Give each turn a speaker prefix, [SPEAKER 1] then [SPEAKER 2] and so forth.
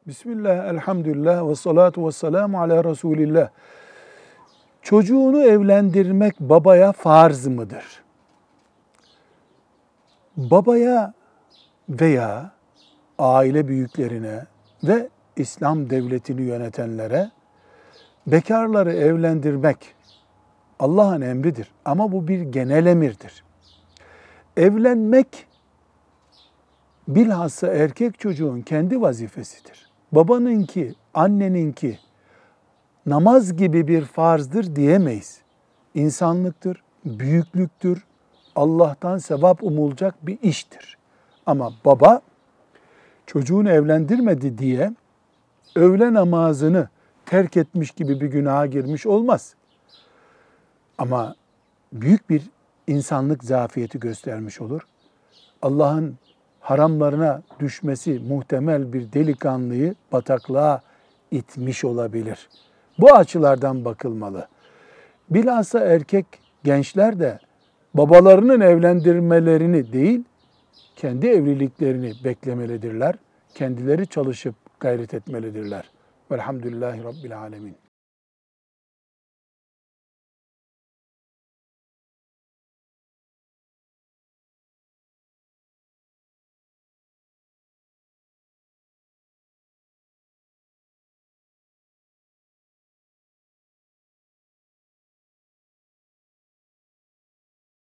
[SPEAKER 1] Bismillah, elhamdülillah ve salatu ve selamu ala Resulillah. Çocuğunu evlendirmek babaya farz mıdır? Babaya veya aile büyüklerine ve İslam devletini yönetenlere bekarları evlendirmek Allah'ın emridir. Ama bu bir genel emirdir. Evlenmek bilhassa erkek çocuğun kendi vazifesidir. Babanınki, anneninki namaz gibi bir farzdır diyemeyiz. İnsanlıktır, büyüklüktür, Allah'tan sevap umulacak bir iştir. Ama baba çocuğunu evlendirmedi diye öğle namazını terk etmiş gibi bir günaha girmiş olmaz. Ama büyük bir insanlık zafiyeti göstermiş olur. Allah'ın haramlarına düşmesi muhtemel bir delikanlıyı bataklığa itmiş olabilir. Bu açılardan bakılmalı. Bilhassa erkek gençler de babalarının evlendirmelerini değil, kendi evliliklerini beklemelidirler. Kendileri çalışıp gayret etmelidirler. Velhamdülillahi Rabbil Alemin.